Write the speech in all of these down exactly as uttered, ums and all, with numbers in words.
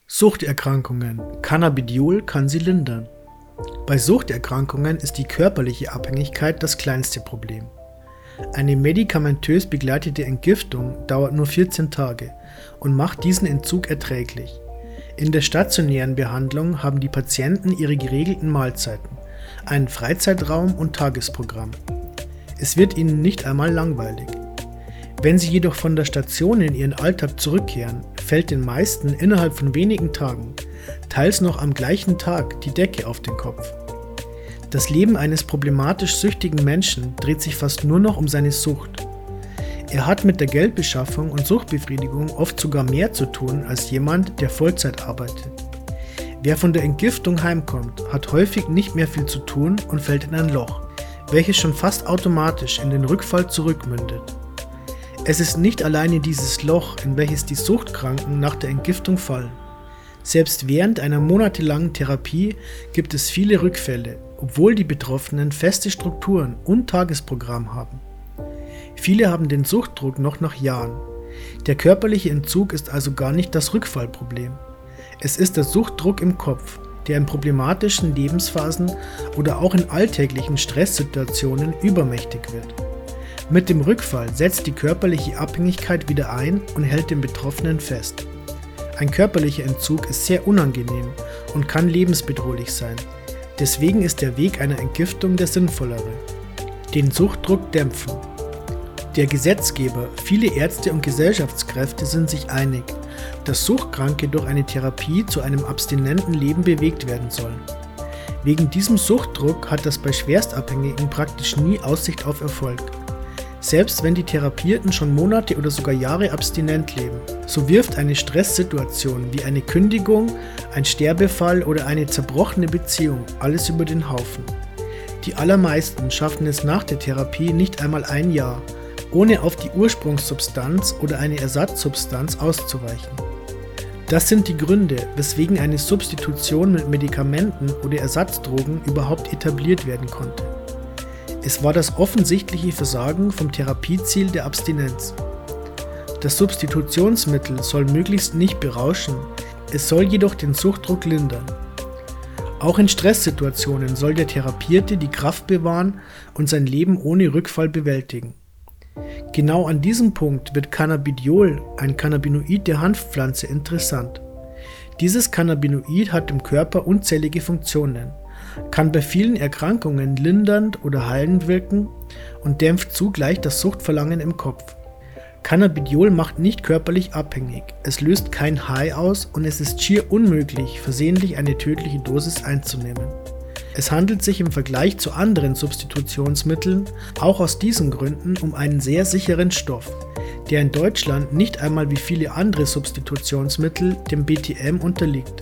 Suchterkrankungen. Cannabidiol kann sie lindern. Bei Suchterkrankungen ist die körperliche Abhängigkeit das kleinste Problem. Eine medikamentös begleitete Entgiftung dauert nur vierzehn Tage und macht diesen Entzug erträglich. In der stationären Behandlung haben die Patienten ihre geregelten Mahlzeiten, einen Freizeitraum und Tagesprogramm. Es wird ihnen nicht einmal langweilig. Wenn sie jedoch von der Station in ihren Alltag zurückkehren, fällt den meisten innerhalb von wenigen Tagen, teils noch am gleichen Tag, die Decke auf den Kopf. Das Leben eines problematisch süchtigen Menschen dreht sich fast nur noch um seine Sucht. Er hat mit der Geldbeschaffung und Suchtbefriedigung oft sogar mehr zu tun als jemand, der Vollzeit arbeitet. Wer von der Entgiftung heimkommt, hat häufig nicht mehr viel zu tun und fällt in ein Loch, welches schon fast automatisch in den Rückfall zurückmündet. Es ist nicht alleine dieses Loch, in welches die Suchtkranken nach der Entgiftung fallen. Selbst während einer monatelangen Therapie gibt es viele Rückfälle, obwohl die Betroffenen feste Strukturen und Tagesprogramm haben. Viele haben den Suchtdruck noch nach Jahren. Der körperliche Entzug ist also gar nicht das Rückfallproblem. Es ist der Suchtdruck im Kopf, der in problematischen Lebensphasen oder auch in alltäglichen Stresssituationen übermächtig wird. Mit dem Rückfall setzt die körperliche Abhängigkeit wieder ein und hält den Betroffenen fest. Ein körperlicher Entzug ist sehr unangenehm und kann lebensbedrohlich sein. Deswegen ist der Weg einer Entgiftung der sinnvollere. Den Suchtdruck dämpfen. Der Gesetzgeber, viele Ärzte und Gesellschaftskräfte sind sich einig, dass Suchtkranke durch eine Therapie zu einem abstinenten Leben bewegt werden sollen. Wegen diesem Suchtdruck hat das bei Schwerstabhängigen praktisch nie Aussicht auf Erfolg. Selbst wenn die Therapierten schon Monate oder sogar Jahre abstinent leben, so wirft eine Stresssituation wie eine Kündigung, ein Sterbefall oder eine zerbrochene Beziehung alles über den Haufen. Die allermeisten schaffen es nach der Therapie nicht einmal ein Jahr, ohne auf die Ursprungssubstanz oder eine Ersatzsubstanz auszuweichen. Das sind die Gründe, weswegen eine Substitution mit Medikamenten oder Ersatzdrogen überhaupt etabliert werden konnte. Es war das offensichtliche Versagen vom Therapieziel der Abstinenz. Das Substitutionsmittel soll möglichst nicht berauschen, es soll jedoch den Suchtdruck lindern. Auch in Stresssituationen soll der Therapierte die Kraft bewahren und sein Leben ohne Rückfall bewältigen. Genau an diesem Punkt wird Cannabidiol, ein Cannabinoid der Hanfpflanze, interessant. Dieses Cannabinoid hat im Körper unzählige Funktionen, kann bei vielen Erkrankungen lindernd oder heilend wirken und dämpft zugleich das Suchtverlangen im Kopf. Cannabidiol macht nicht körperlich abhängig, es löst kein High aus und es ist schier unmöglich, versehentlich eine tödliche Dosis einzunehmen. Es handelt sich im Vergleich zu anderen Substitutionsmitteln auch aus diesen Gründen um einen sehr sicheren Stoff, der in Deutschland nicht einmal wie viele andere Substitutionsmittel dem B T M unterliegt.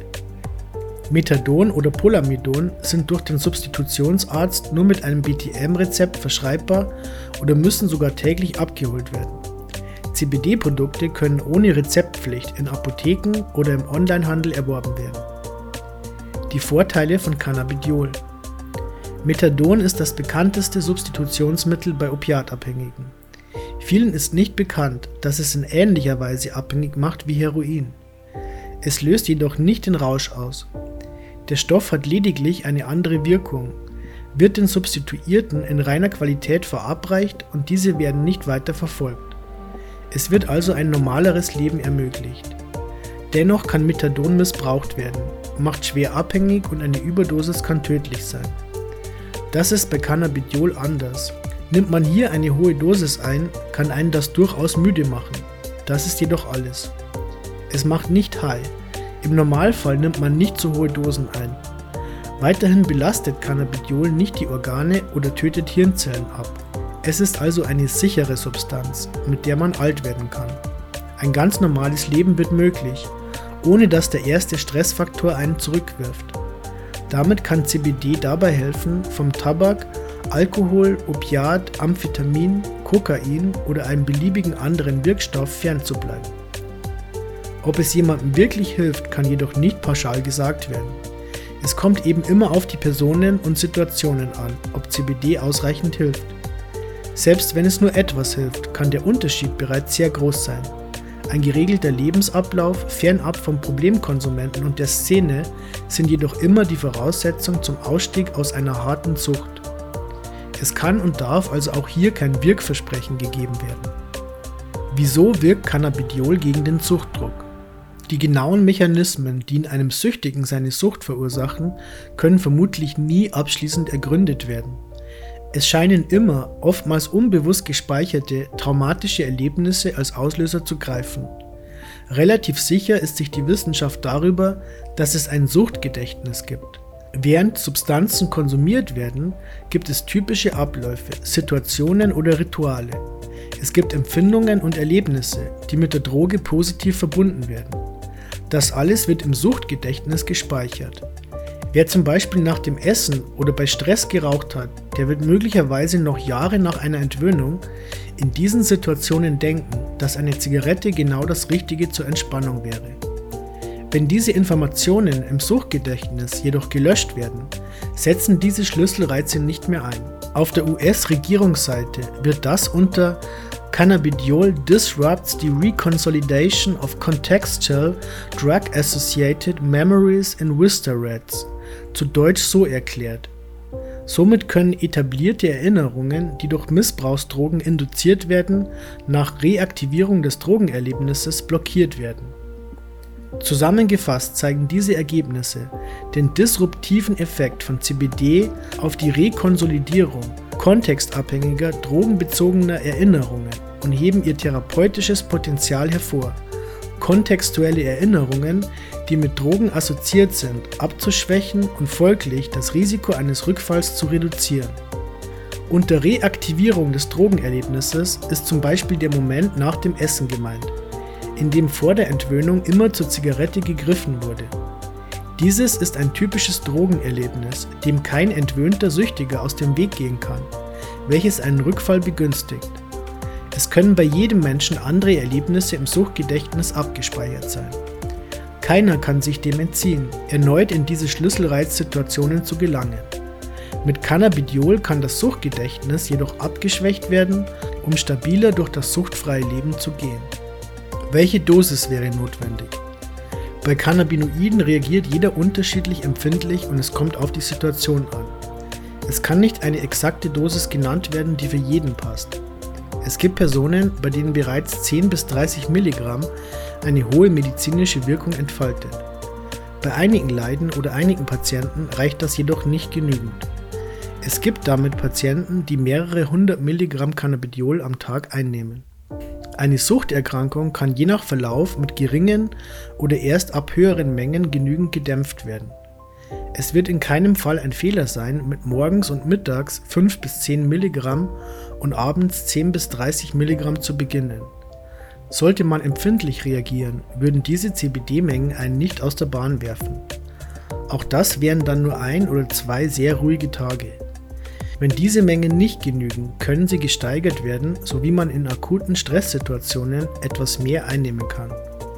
Methadon oder Polamidon sind durch den Substitutionsarzt nur mit einem B T M-Rezept verschreibbar oder müssen sogar täglich abgeholt werden. C B D-Produkte können ohne Rezeptpflicht in Apotheken oder im Onlinehandel erworben werden. Die Vorteile von Cannabidiol. Methadon ist das bekannteste Substitutionsmittel bei Opiatabhängigen. Vielen ist nicht bekannt, dass es in ähnlicher Weise abhängig macht wie Heroin. Es löst jedoch nicht den Rausch aus. Der Stoff hat lediglich eine andere Wirkung, wird den Substituierten in reiner Qualität verabreicht und diese werden nicht weiter verfolgt. Es wird also ein normaleres Leben ermöglicht. Dennoch kann Methadon missbraucht werden, macht schwer abhängig und eine Überdosis kann tödlich sein. Das ist bei Cannabidiol anders. Nimmt man hier eine hohe Dosis ein, kann einen das durchaus müde machen. Das ist jedoch alles. Es macht nicht high. Im Normalfall nimmt man nicht so hohe Dosen ein. Weiterhin belastet Cannabidiol nicht die Organe oder tötet Hirnzellen ab. Es ist also eine sichere Substanz, mit der man alt werden kann. Ein ganz normales Leben wird möglich, ohne dass der erste Stressfaktor einen zurückwirft. Damit kann C B D dabei helfen, vom Tabak, Alkohol, Opiat, Amphetamin, Kokain oder einem beliebigen anderen Wirkstoff fernzubleiben. Ob es jemandem wirklich hilft, kann jedoch nicht pauschal gesagt werden. Es kommt eben immer auf die Personen und Situationen an, ob C B D ausreichend hilft. Selbst wenn es nur etwas hilft, kann der Unterschied bereits sehr groß sein. Ein geregelter Lebensablauf, fernab vom Problemkonsumenten und der Szene, sind jedoch immer die Voraussetzung zum Ausstieg aus einer harten Sucht. Es kann und darf also auch hier kein Wirkversprechen gegeben werden. Wieso wirkt Cannabidiol gegen den Suchtdruck? Die genauen Mechanismen, die in einem Süchtigen seine Sucht verursachen, können vermutlich nie abschließend ergründet werden. Es scheinen immer, oftmals unbewusst gespeicherte, traumatische Erlebnisse als Auslöser zu greifen. Relativ sicher ist sich die Wissenschaft darüber, dass es ein Suchtgedächtnis gibt. Während Substanzen konsumiert werden, gibt es typische Abläufe, Situationen oder Rituale. Es gibt Empfindungen und Erlebnisse, die mit der Droge positiv verbunden werden. Das alles wird im Suchtgedächtnis gespeichert. Wer zum Beispiel nach dem Essen oder bei Stress geraucht hat, der wird möglicherweise noch Jahre nach einer Entwöhnung in diesen Situationen denken, dass eine Zigarette genau das Richtige zur Entspannung wäre. Wenn diese Informationen im Suchtgedächtnis jedoch gelöscht werden, setzen diese Schlüsselreize nicht mehr ein. Auf der U S-Regierungsseite wird das unter Cannabidiol disrupts the reconsolidation of contextual drug-associated memories in Vista Rats, zu Deutsch so erklärt. Somit können etablierte Erinnerungen, die durch Missbrauchsdrogen induziert werden, nach Reaktivierung des Drogenerlebnisses blockiert werden. Zusammengefasst zeigen diese Ergebnisse den disruptiven Effekt von C B D auf die Rekonsolidierung kontextabhängiger, drogenbezogener Erinnerungen und heben ihr therapeutisches Potenzial hervor, kontextuelle Erinnerungen, die mit Drogen assoziiert sind, abzuschwächen und folglich das Risiko eines Rückfalls zu reduzieren. Unter Reaktivierung des Drogenerlebnisses ist zum Beispiel der Moment nach dem Essen gemeint, in dem vor der Entwöhnung immer zur Zigarette gegriffen wurde. Dieses ist ein typisches Drogenerlebnis, dem kein entwöhnter Süchtiger aus dem Weg gehen kann, welches einen Rückfall begünstigt. Es können bei jedem Menschen andere Erlebnisse im Suchtgedächtnis abgespeichert sein. Keiner kann sich dem entziehen, erneut in diese Schlüsselreizsituationen zu gelangen. Mit Cannabidiol kann das Suchtgedächtnis jedoch abgeschwächt werden, um stabiler durch das suchtfreie Leben zu gehen. Welche Dosis wäre notwendig? Bei Cannabinoiden reagiert jeder unterschiedlich empfindlich und es kommt auf die Situation an. Es kann nicht eine exakte Dosis genannt werden, die für jeden passt. Es gibt Personen, bei denen bereits zehn bis dreißig Milligramm eine hohe medizinische Wirkung entfaltet. Bei einigen Leiden oder einigen Patienten reicht das jedoch nicht genügend. Es gibt damit Patienten, die mehrere hundert Milligramm Cannabidiol am Tag einnehmen. Eine Suchterkrankung kann je nach Verlauf mit geringen oder erst ab höheren Mengen genügend gedämpft werden. Es wird in keinem Fall ein Fehler sein, mit morgens und mittags fünf bis zehn Milligramm und abends zehn bis dreißig Milligramm zu beginnen. Sollte man empfindlich reagieren, würden diese C B D-Mengen einen nicht aus der Bahn werfen. Auch das wären dann nur ein oder zwei sehr ruhige Tage. Wenn diese Mengen nicht genügen, können sie gesteigert werden, sowie man in akuten Stresssituationen etwas mehr einnehmen kann.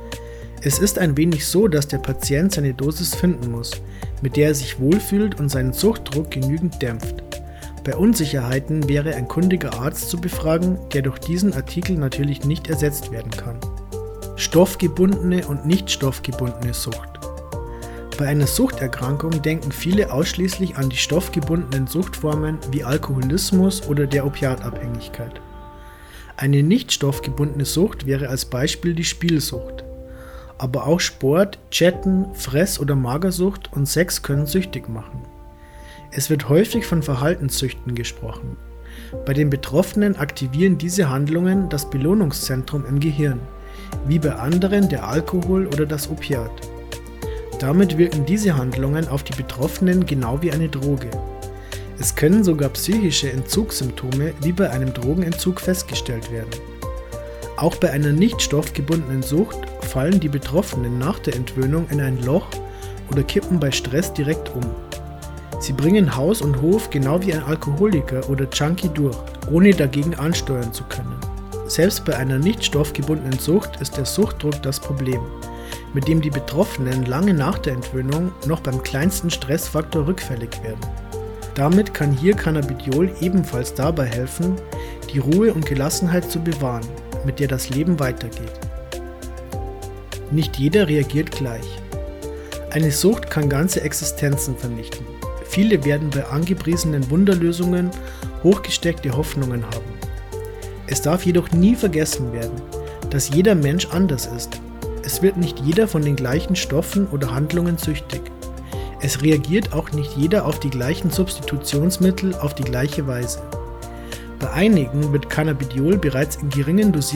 Es ist ein wenig so, dass der Patient seine Dosis finden muss, mit der er sich wohlfühlt und seinen Suchtdruck genügend dämpft. Bei Unsicherheiten wäre ein kundiger Arzt zu befragen, der durch diesen Artikel natürlich nicht ersetzt werden kann. Stoffgebundene und nicht stoffgebundene Sucht. Bei einer Suchterkrankung denken viele ausschließlich an die stoffgebundenen Suchtformen wie Alkoholismus oder der Opiatabhängigkeit. Eine nicht stoffgebundene Sucht wäre als Beispiel die Spielsucht. Aber auch Sport, Chatten, Fress- oder Magersucht und Sex können süchtig machen. Es wird häufig von Verhaltenssüchten gesprochen. Bei den Betroffenen aktivieren diese Handlungen das Belohnungszentrum im Gehirn, wie bei anderen der Alkohol oder das Opiat. Damit wirken diese Handlungen auf die Betroffenen genau wie eine Droge. Es können sogar psychische Entzugssymptome wie bei einem Drogenentzug festgestellt werden. Auch bei einer nicht stoffgebundenen Sucht fallen die Betroffenen nach der Entwöhnung in ein Loch oder kippen bei Stress direkt um. Sie bringen Haus und Hof genau wie ein Alkoholiker oder Junkie durch, ohne dagegen ansteuern zu können. Selbst bei einer nicht stoffgebundenen Sucht ist der Suchtdruck das Problem, mit dem die Betroffenen lange nach der Entwöhnung noch beim kleinsten Stressfaktor rückfällig werden. Damit kann hier Cannabidiol ebenfalls dabei helfen, die Ruhe und Gelassenheit zu bewahren, mit der das Leben weitergeht. Nicht jeder reagiert gleich. Eine Sucht kann ganze Existenzen vernichten. Viele werden bei angepriesenen Wunderlösungen hochgesteckte Hoffnungen haben. Es darf jedoch nie vergessen werden, dass jeder Mensch anders ist. Es wird nicht jeder von den gleichen Stoffen oder Handlungen süchtig. Es reagiert auch nicht jeder auf die gleichen Substitutionsmittel auf die gleiche Weise. Bei einigen wird Cannabidiol bereits in geringen Dosierungen